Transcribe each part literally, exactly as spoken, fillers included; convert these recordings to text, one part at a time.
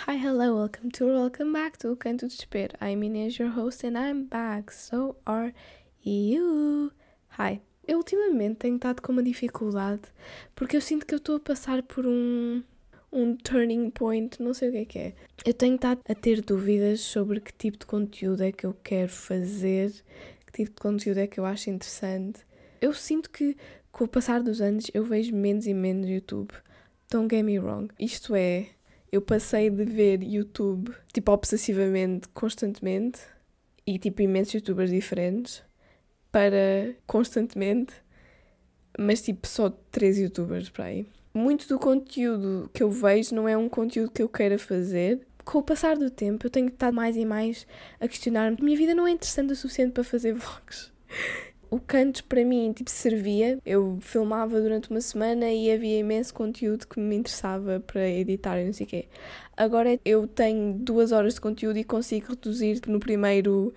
Hi, hello, welcome to, welcome back to Canto de Desespero. I'm Inês, your host, and I'm back. So are you. Hi. Eu ultimamente tenho estado com uma dificuldade porque eu sinto que eu estou a passar por um, um turning point, não sei o que é que é. Eu tenho estado a ter dúvidas sobre que tipo de conteúdo é que eu quero fazer, que tipo de conteúdo é que eu acho interessante. Eu sinto que com o passar dos anos eu vejo menos e menos YouTube. Don't get me wrong. Isto é, eu passei de ver YouTube, tipo, obsessivamente, constantemente, e, tipo, imensos youtubers diferentes, para constantemente, mas, tipo, só três youtubers para aí. Muito do conteúdo que eu vejo não é um conteúdo que eu queira fazer. Com o passar do tempo, eu tenho estado mais e mais a questionar-me. A minha vida não é interessante o suficiente para fazer vlogs. O Cantos, para mim, tipo, servia. Eu filmava durante uma semana e havia imenso conteúdo que me interessava para editar e não sei o quê. Agora eu tenho duas horas de conteúdo e consigo reduzir no primeiro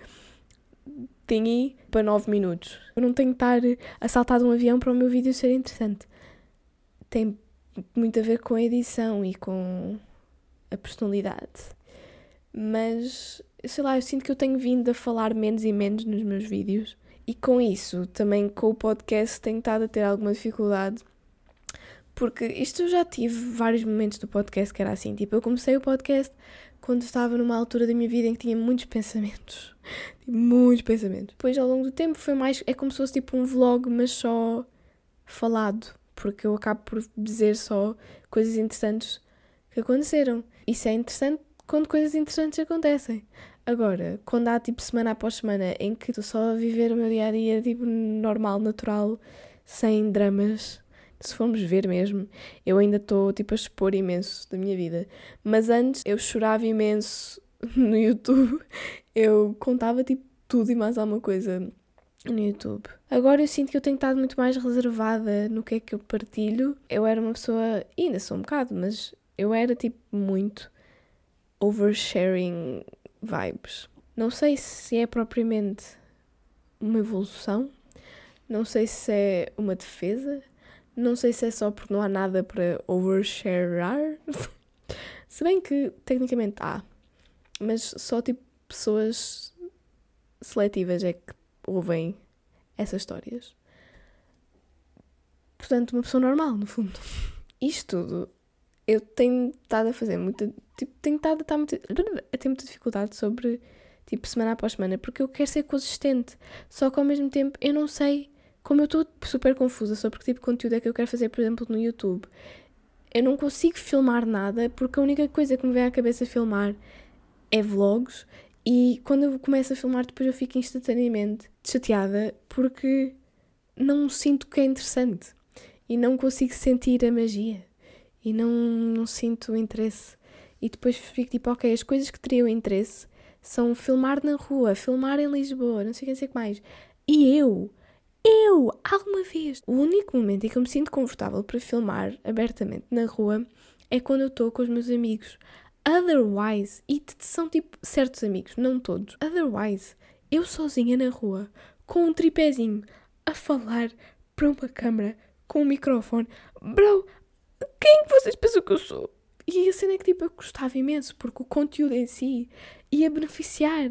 thingy para nove minutos. Eu não tenho que estar a saltar de um avião para o meu vídeo ser interessante. Tem muito a ver com a edição e com a personalidade. Mas, sei lá, eu sinto que eu tenho vindo a falar menos e menos nos meus vídeos. E com isso, também com o podcast, tenho estado a ter alguma dificuldade. Porque isto eu já tive vários momentos do podcast que era assim. Tipo, eu comecei o podcast quando estava numa altura da minha vida em que tinha muitos pensamentos. Muitos pensamentos. Depois, ao longo do tempo, foi mais... É como se fosse tipo um vlog, mas só falado. Porque eu acabo por dizer só coisas interessantes que aconteceram. Isso é interessante quando coisas interessantes acontecem. Agora, quando há tipo semana após semana em que estou só a viver o meu dia-a-dia tipo normal, natural, sem dramas, se formos ver mesmo, eu ainda estou tipo a expor imenso da minha vida. Mas antes eu chorava imenso no YouTube, eu contava tipo tudo e mais alguma coisa no YouTube. Agora eu sinto que eu tenho estado muito mais reservada no que é que eu partilho. Eu era uma pessoa, e ainda sou um bocado, mas eu era tipo muito oversharing vibes. Não sei se é propriamente uma evolução, não sei se é uma defesa, não sei se é só porque não há nada para oversharear. Se bem que tecnicamente há, mas só tipo pessoas seletivas é que ouvem essas histórias. Portanto, uma pessoa normal, no fundo. Isto tudo, eu tenho estado a fazer muita... Tipo, tenho estado a, estar muito, a ter muita dificuldade sobre, tipo, semana após semana, porque eu quero ser consistente. Só que, ao mesmo tempo, eu não sei... Como eu estou super confusa sobre que tipo de conteúdo é que eu quero fazer, por exemplo, no YouTube. Eu não consigo filmar nada, porque a única coisa que me vem à cabeça filmar é vlogs. E quando eu começo a filmar, depois eu fico instantaneamente chateada, porque não sinto que é interessante. E não consigo sentir a magia. E não, não sinto o interesse. E depois fico tipo, ok, as coisas que teriam interesse são filmar na rua, filmar em Lisboa, não sei o que, não sei o que mais. E eu, eu, alguma vez, o único momento em que eu me sinto confortável para filmar abertamente na rua é quando eu estou com os meus amigos. Otherwise, e são tipo certos amigos, não todos. Otherwise, eu sozinha na rua, com um tripézinho, a falar para uma câmera, com um microfone. Bro, quem é que vocês pensam que eu sou? E a cena é que tipo, eu gostava imenso, porque o conteúdo em si ia beneficiar.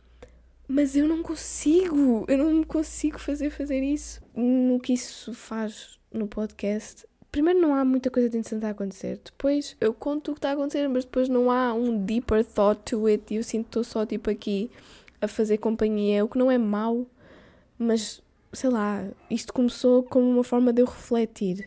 Mas eu não consigo, eu não consigo fazer fazer isso. No que isso faz no podcast, primeiro não há muita coisa de interessante a acontecer. Depois eu conto o que está a acontecer, mas depois não há um deeper thought to it. E eu sinto que estou só tipo aqui a fazer companhia, o que não é mau. Mas, sei lá, isto começou como uma forma de eu refletir.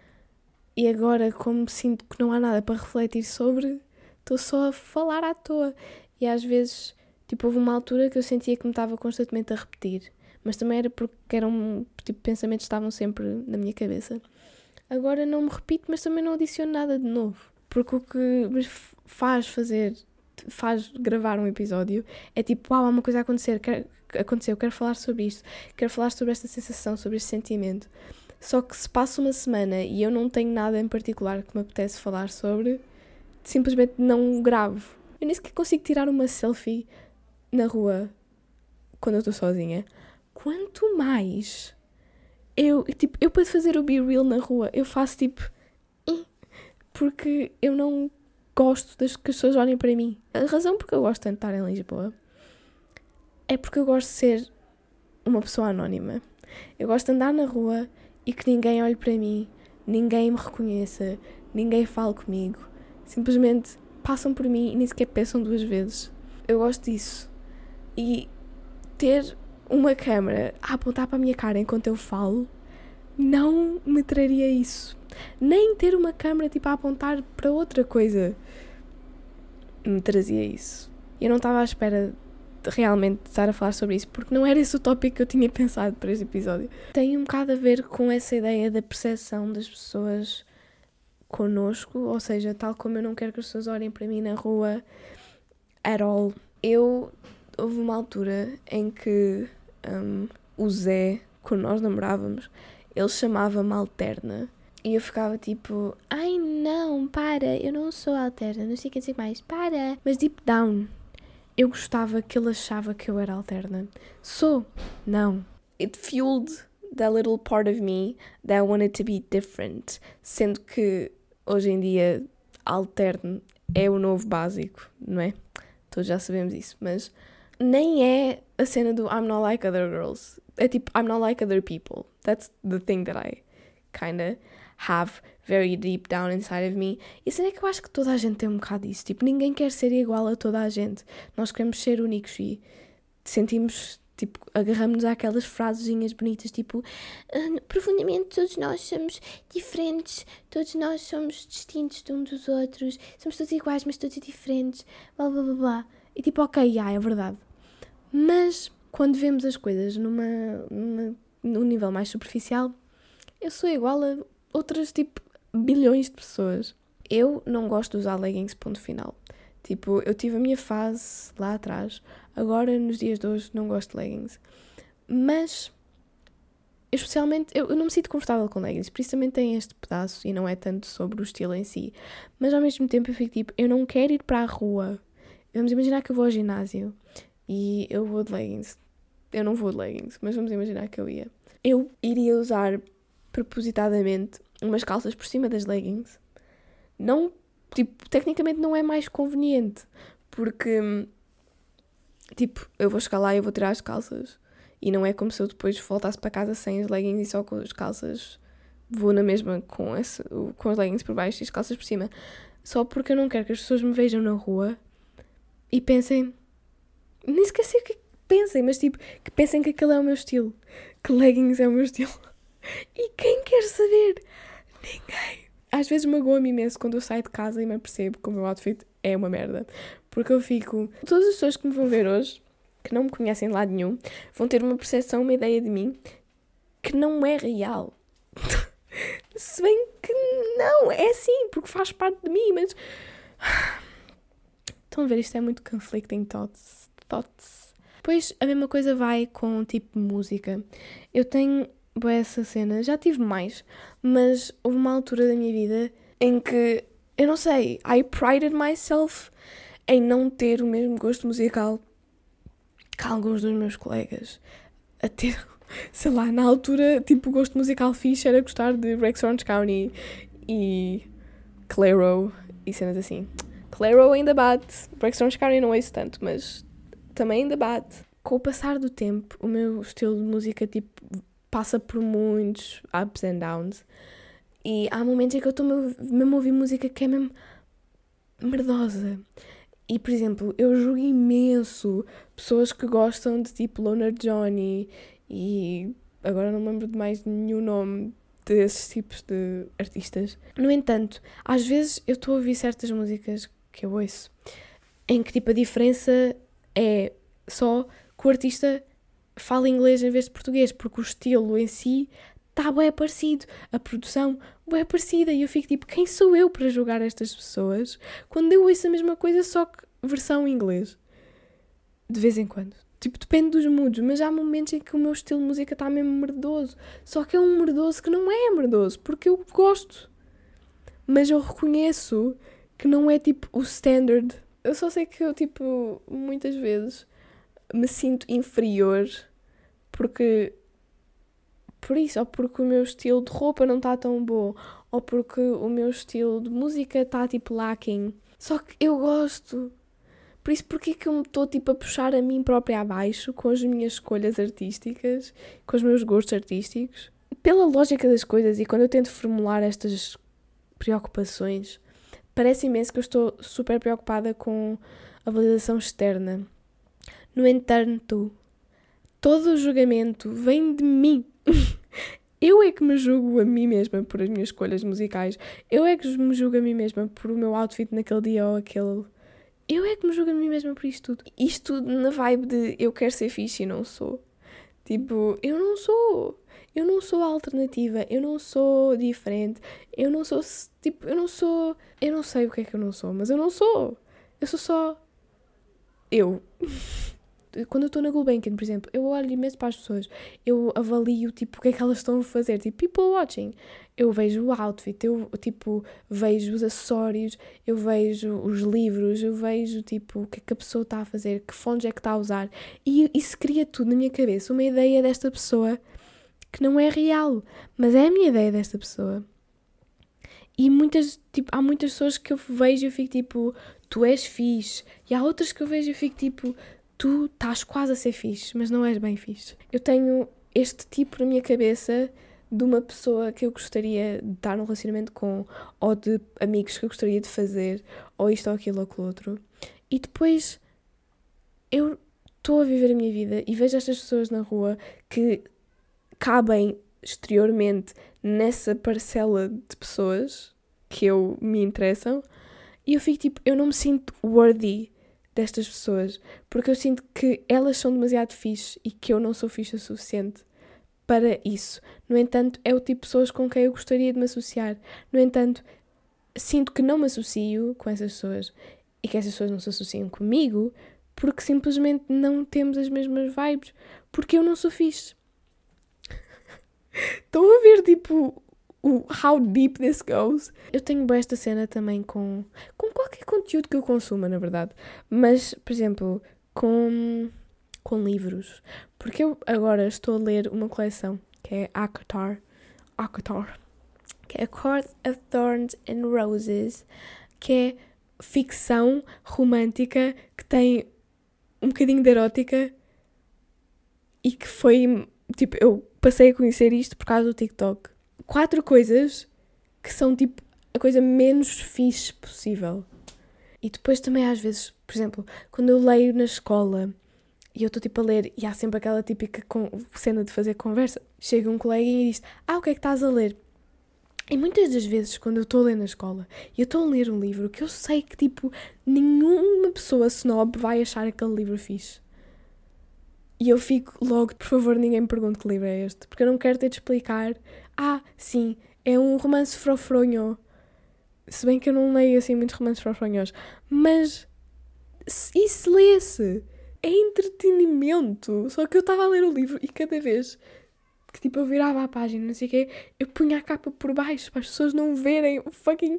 E agora, como sinto que não há nada para refletir sobre, estou só a falar à toa. E às vezes, tipo, houve uma altura que eu sentia que me estava constantemente a repetir. Mas também era porque eram, tipo, pensamentos que estavam sempre na minha cabeça. Agora não me repito, mas também não adiciono nada de novo. Porque o que me faz fazer, faz gravar um episódio, é tipo, uau, há uma coisa a acontecer, quero, aconteceu, quero falar sobre isto. Quero falar sobre esta sensação, sobre este sentimento. Só que se passa uma semana e eu não tenho nada em particular que me apetece falar sobre, simplesmente não gravo. Eu nem sequer consigo tirar uma selfie na rua quando eu estou sozinha. Quanto mais eu, tipo, eu para fazer o Be Real na rua, eu faço tipo... Porque eu não gosto das que as pessoas olhem para mim. A razão porque eu gosto tanto de estar em Lisboa é porque eu gosto de ser uma pessoa anónima. Eu gosto de andar na rua e que ninguém olhe para mim, ninguém me reconheça, ninguém fale comigo. Simplesmente passam por mim e nem sequer pensam duas vezes. Eu gosto disso. E ter uma câmera a apontar para a minha cara enquanto eu falo não me traria isso. Nem ter uma câmera tipo a apontar para outra coisa me trazia isso. Eu não estava à espera de realmente estar a falar sobre isso, porque não era esse o tópico que eu tinha pensado para este episódio. Tem um bocado a ver com essa ideia da percepção das pessoas connosco, ou seja, tal como eu não quero que as pessoas olhem para mim na rua at all. Eu, houve uma altura em que um, o Zé, quando nós namorávamos, ele chamava-me alterna. E eu ficava tipo, ai não, para, eu não sou alterna, não sei o que dizer mais, para. Mas deep down, eu gostava que ele achava que eu era alterna. Sou, não. It fueled that little part of me that wanted to be different. Sendo que, hoje em dia, alterno é o novo básico, não é? Todos já sabemos isso, mas nem é a cena do I'm not like other girls. É tipo, I'm not like other people. That's the thing that I kinda have very deep down inside of me. E a cena é que eu acho que toda a gente tem um bocado disso. Tipo, ninguém quer ser igual a toda a gente. Nós queremos ser únicos e sentimos, tipo, agarramos-nos àquelas frasezinhas bonitas, tipo, ah, profundamente todos nós somos diferentes, todos nós somos distintos de uns dos outros, somos todos iguais, mas todos diferentes, blá blá blá blá. E tipo, ok, ah, é verdade. Mas quando vemos as coisas numa, numa, num nível mais superficial, eu sou igual a outras, tipo, bilhões de pessoas. Eu não gosto de usar leggings, ponto final. Tipo, eu tive a minha fase lá atrás, agora nos dias de hoje não gosto de leggings. Mas, especialmente, eu, eu não me sinto confortável com leggings, por isso também tem este pedaço e não é tanto sobre o estilo em si. Mas ao mesmo tempo eu fico tipo, eu não quero ir para a rua. Vamos imaginar que eu vou ao ginásio e eu vou de leggings. Eu não vou de leggings, mas vamos imaginar que eu ia. Eu iria usar propositadamente umas calças por cima das leggings. Não, tipo, tecnicamente não é mais conveniente, porque, tipo, eu vou chegar lá e eu vou tirar as calças e não é como se eu depois voltasse para casa sem as leggings e só com as calças, vou na mesma com, esse, com as leggings por baixo e as calças por cima, só porque eu não quero que as pessoas me vejam na rua e pensem, nem sequer sei o que pensem, mas tipo, que pensem que aquele é o meu estilo, que leggings é o meu estilo. E quem quer saber? Ninguém. Às vezes magoa-me imenso quando eu saio de casa e me apercebo que o meu outfit é uma merda. Porque eu fico... Todas as pessoas que me vão ver hoje, que não me conhecem de lado nenhum, vão ter uma percepção, uma ideia de mim que não é real. Se bem que não, é sim, porque faz parte de mim, mas... Estão a ver, isto é muito conflicting thoughts. thoughts. Depois a mesma coisa vai com tipo música. Eu tenho... Boa essa cena, já tive mais, mas houve uma altura da minha vida em que, eu não sei, I prided myself em não ter o mesmo gosto musical que alguns dos meus colegas. A ter, sei lá, na altura, tipo, o gosto musical fixe era gostar de Rex Orange County e Clairo e cenas assim. Clairo ainda bate, Rex Orange County não ouço tanto, mas também ainda bate. Com o passar do tempo, o meu estilo de música, tipo, passa por muitos ups and downs e há momentos em que eu estou mesmo a ouvir música que é mesmo merdosa. E, por exemplo, eu julgo imenso pessoas que gostam de tipo Loner Johnny e agora não me lembro de mais nenhum nome desses tipos de artistas. No entanto, às vezes eu estou a ouvir certas músicas que eu ouço em que tipo a diferença é só que o artista fala inglês em vez de português, porque o estilo em si está bem parecido, a produção bem parecida, e eu fico tipo, quem sou eu para julgar estas pessoas quando eu ouço a mesma coisa só que versão em inglês? De vez em quando. Tipo, depende dos moods, mas há momentos em que o meu estilo de música está mesmo merdoso, só que é um merdoso que não é merdoso, porque eu gosto, mas eu reconheço que não é tipo o standard. Eu só sei que eu tipo, muitas vezes me sinto inferior porque por isso, ou porque o meu estilo de roupa não está tão bom, ou porque o meu estilo de música está tipo lacking. Só que eu gosto. Por isso, porquê que eu me estou tipo a puxar a mim própria abaixo com as minhas escolhas artísticas, com os meus gostos artísticos? Pela lógica das coisas e quando eu tento formular estas preocupações, parece imenso que eu estou super preocupada com a validação externa. No entanto, todo o julgamento vem de mim. Eu é que me julgo a mim mesma por as minhas escolhas musicais. Eu é que me julgo a mim mesma por o meu outfit naquele dia ou aquele. Eu é que me julgo a mim mesma por isto tudo. Isto tudo na vibe de eu quero ser fixe e não sou. Tipo, eu não sou. Eu não sou a alternativa. Eu não sou diferente. Eu não sou, tipo, eu não sou... Eu não sei o que é que eu não sou, mas eu não sou. Eu sou só... Eu. Quando eu estou na Gulbenkian, por exemplo, eu olho imenso para as pessoas, eu avalio, tipo, o que é que elas estão a fazer, tipo, people watching. Eu vejo o outfit, eu, tipo, vejo os acessórios, eu vejo os livros, eu vejo, tipo, o que é que a pessoa está a fazer, que fones é que está a usar. E isso cria tudo na minha cabeça, uma ideia desta pessoa que não é real, mas é a minha ideia desta pessoa. E muitas, tipo, há muitas pessoas que eu vejo e eu fico, tipo, tu és fixe. E há outras que eu vejo e eu fico, tipo... Tu estás quase a ser fixe, mas não és bem fixe. Eu tenho este tipo na minha cabeça de uma pessoa que eu gostaria de estar num relacionamento com, ou de amigos que eu gostaria de fazer, ou isto ou aquilo ou aquilo outro. E depois eu estou a viver a minha vida e vejo estas pessoas na rua que cabem exteriormente nessa parcela de pessoas que eu me interessam e eu fico tipo, eu não me sinto worthy destas pessoas, porque eu sinto que elas são demasiado fixe e que eu não sou fixe o suficiente para isso. No entanto, é o tipo de pessoas com quem eu gostaria de me associar. No entanto, sinto que não me associo com essas pessoas e que essas pessoas não se associam comigo porque simplesmente não temos as mesmas vibes, porque eu não sou fixe. Estão a ver, tipo, o how deep this goes? Eu tenho bem esta cena também com, com qualquer conteúdo que eu consuma, na verdade. Mas, por exemplo, com, com livros. Porque eu agora estou a ler uma coleção que é ACOTAR. ACOTAR. Que é A Court of Thorns and Roses. Que é ficção romântica que tem um bocadinho de erótica e que foi... Tipo, eu passei a conhecer isto por causa do TikTok. Quatro coisas que são, tipo, a coisa menos fixe possível. E depois também, às vezes, por exemplo, quando eu leio na escola e eu estou, tipo, a ler e há sempre aquela típica con- cena de fazer conversa, chega um coleguinha e diz, ah, o que é que estás a ler? E muitas das vezes, quando eu estou a ler na escola e eu estou a ler um livro que eu sei que, tipo, nenhuma pessoa snob vai achar aquele livro fixe. E eu fico logo, por favor, ninguém me pergunte que livro é este. Porque eu não quero ter de explicar. Ah, sim, é um romance frofronho. Se bem que eu não leio assim muitos romances frofronhos. Mas isso lê-se. É entretenimento. Só que eu estava a ler o livro e cada vez que tipo eu virava a página, não sei o quê, eu punha a capa por baixo para as pessoas não verem o fucking...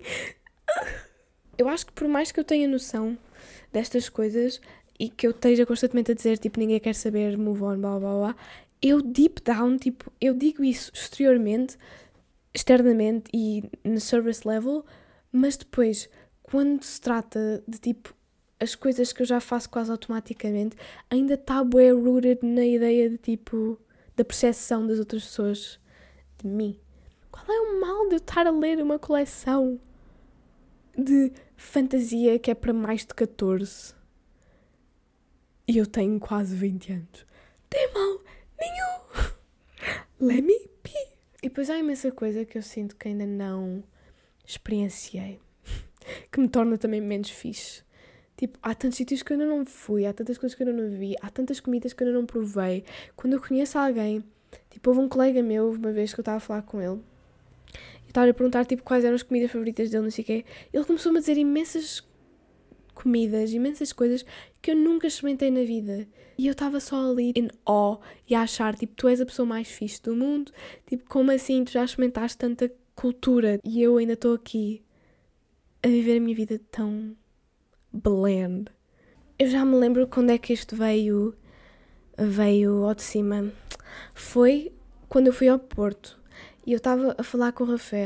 Eu acho que por mais que eu tenha noção destas coisas... e que eu esteja constantemente a dizer, tipo, ninguém quer saber, move on, blá, blá, blá, eu deep down, tipo, eu digo isso exteriormente, externamente e no service level, mas depois, quando se trata de, tipo, as coisas que eu já faço quase automaticamente, ainda está bué rooted na ideia de, tipo, da percepção das outras pessoas de mim. Qual é o mal de eu estar a ler uma coleção de fantasia que é para mais de catorze? E eu tenho quase vinte anos. Tem mal nenhum. Let me be. E depois há imensa coisa que eu sinto que ainda não experienciei. Que me torna também menos fixe. Tipo, há tantos sítios que eu ainda não fui. Há tantas coisas que eu ainda não vi. Há tantas comidas que eu ainda não provei. Quando eu conheço alguém... Tipo, houve um colega meu, uma vez que eu estava a falar com ele. Eu estava a perguntar, tipo, quais eram as comidas favoritas dele, não sei o quê. Ele começou-me a dizer imensas... comidas, imensas coisas que eu nunca experimentei na vida. E eu estava só ali em awe e a achar, tipo, tu és a pessoa mais fixe do mundo. Tipo, como assim tu já experimentaste tanta cultura e eu ainda estou aqui a viver a minha vida tão bland. Eu já me lembro quando é que isto veio, veio ao de cima. Foi quando eu fui ao Porto e eu estava a falar com a Rafaela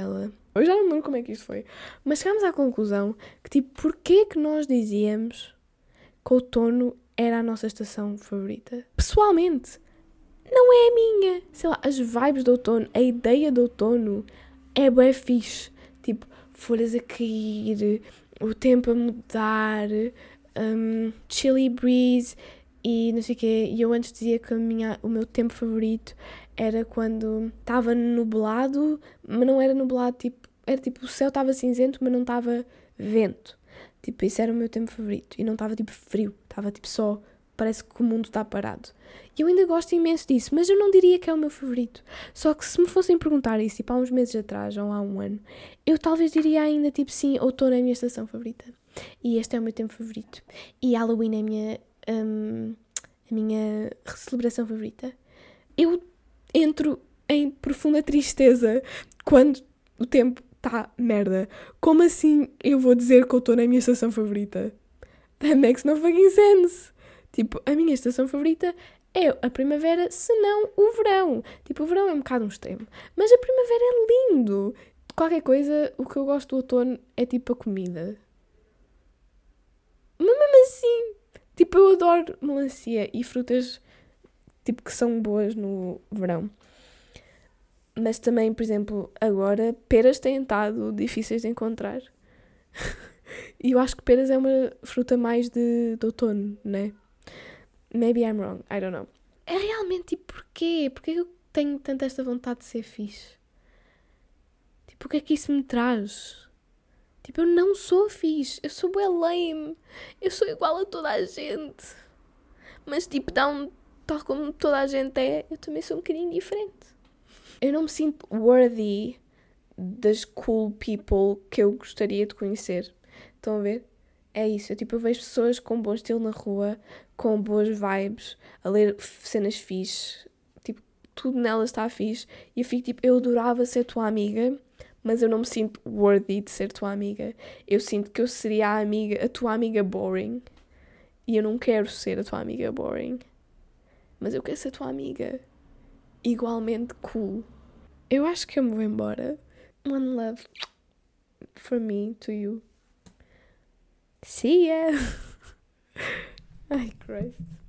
Eu já não me lembro como é que isto foi. Mas chegámos à conclusão que, tipo, porquê que nós dizíamos que outono era a nossa estação favorita? Pessoalmente, não é a minha. Sei lá, as vibes de outono, a ideia de outono é bué fixe. Tipo, folhas a cair, o tempo a mudar, um, chilly breeze e não sei o quê. E eu antes dizia que a minha, o meu tempo favorito era quando estava nublado, mas não era nublado, tipo, era tipo, o céu estava cinzento, mas não estava vento. Tipo, isso era o meu tempo favorito. E não estava tipo frio, estava tipo só, parece que o mundo está parado. E eu ainda gosto imenso disso, mas eu não diria que é o meu favorito. Só que se me fossem perguntar isso, tipo, há uns meses atrás, ou há um ano, eu talvez diria ainda, tipo, sim, outono é a minha estação favorita. E este é o meu tempo favorito. E Halloween é a minha, hum, a minha celebração favorita. Eu entro em profunda tristeza quando o tempo está merda. Como assim eu vou dizer que outono é a minha estação favorita? That makes no fucking sense. Tipo, a minha estação favorita é a primavera, se não o verão. Tipo, o verão é um bocado um extremo. Mas a primavera é lindo. Qualquer coisa, o que eu gosto do outono é tipo a comida. Mas mesmo assim, tipo, eu adoro melancia e frutas tipo que são boas no verão. Mas também, por exemplo, agora peras têm estado difíceis de encontrar. E eu acho que peras é uma fruta mais de, de outono, né? Maybe I'm wrong, I don't know. É realmente tipo, porquê? Porquê que eu tenho tanta esta vontade de ser fixe? Tipo, o que é que isso me traz? Tipo, eu não sou fixe, eu sou bué lame, eu sou igual a toda a gente. Mas tipo, down, tal como toda a gente é, eu também sou um bocadinho diferente. Eu não me sinto worthy das cool people que eu gostaria de conhecer. Estão a ver? É isso. Eu, tipo, eu vejo pessoas com bom estilo na rua, com boas vibes, a ler cenas fixe. Tipo, tudo nelas está fixe. E eu fico tipo, eu adorava ser tua amiga, mas eu não me sinto worthy de ser tua amiga. Eu sinto que eu seria a amiga, a tua amiga boring. E eu não quero ser a tua amiga boring. Mas eu quero ser a tua amiga igualmente cool. Eu acho que eu me vou embora. One love from me to you. See ya! Ai, Christ.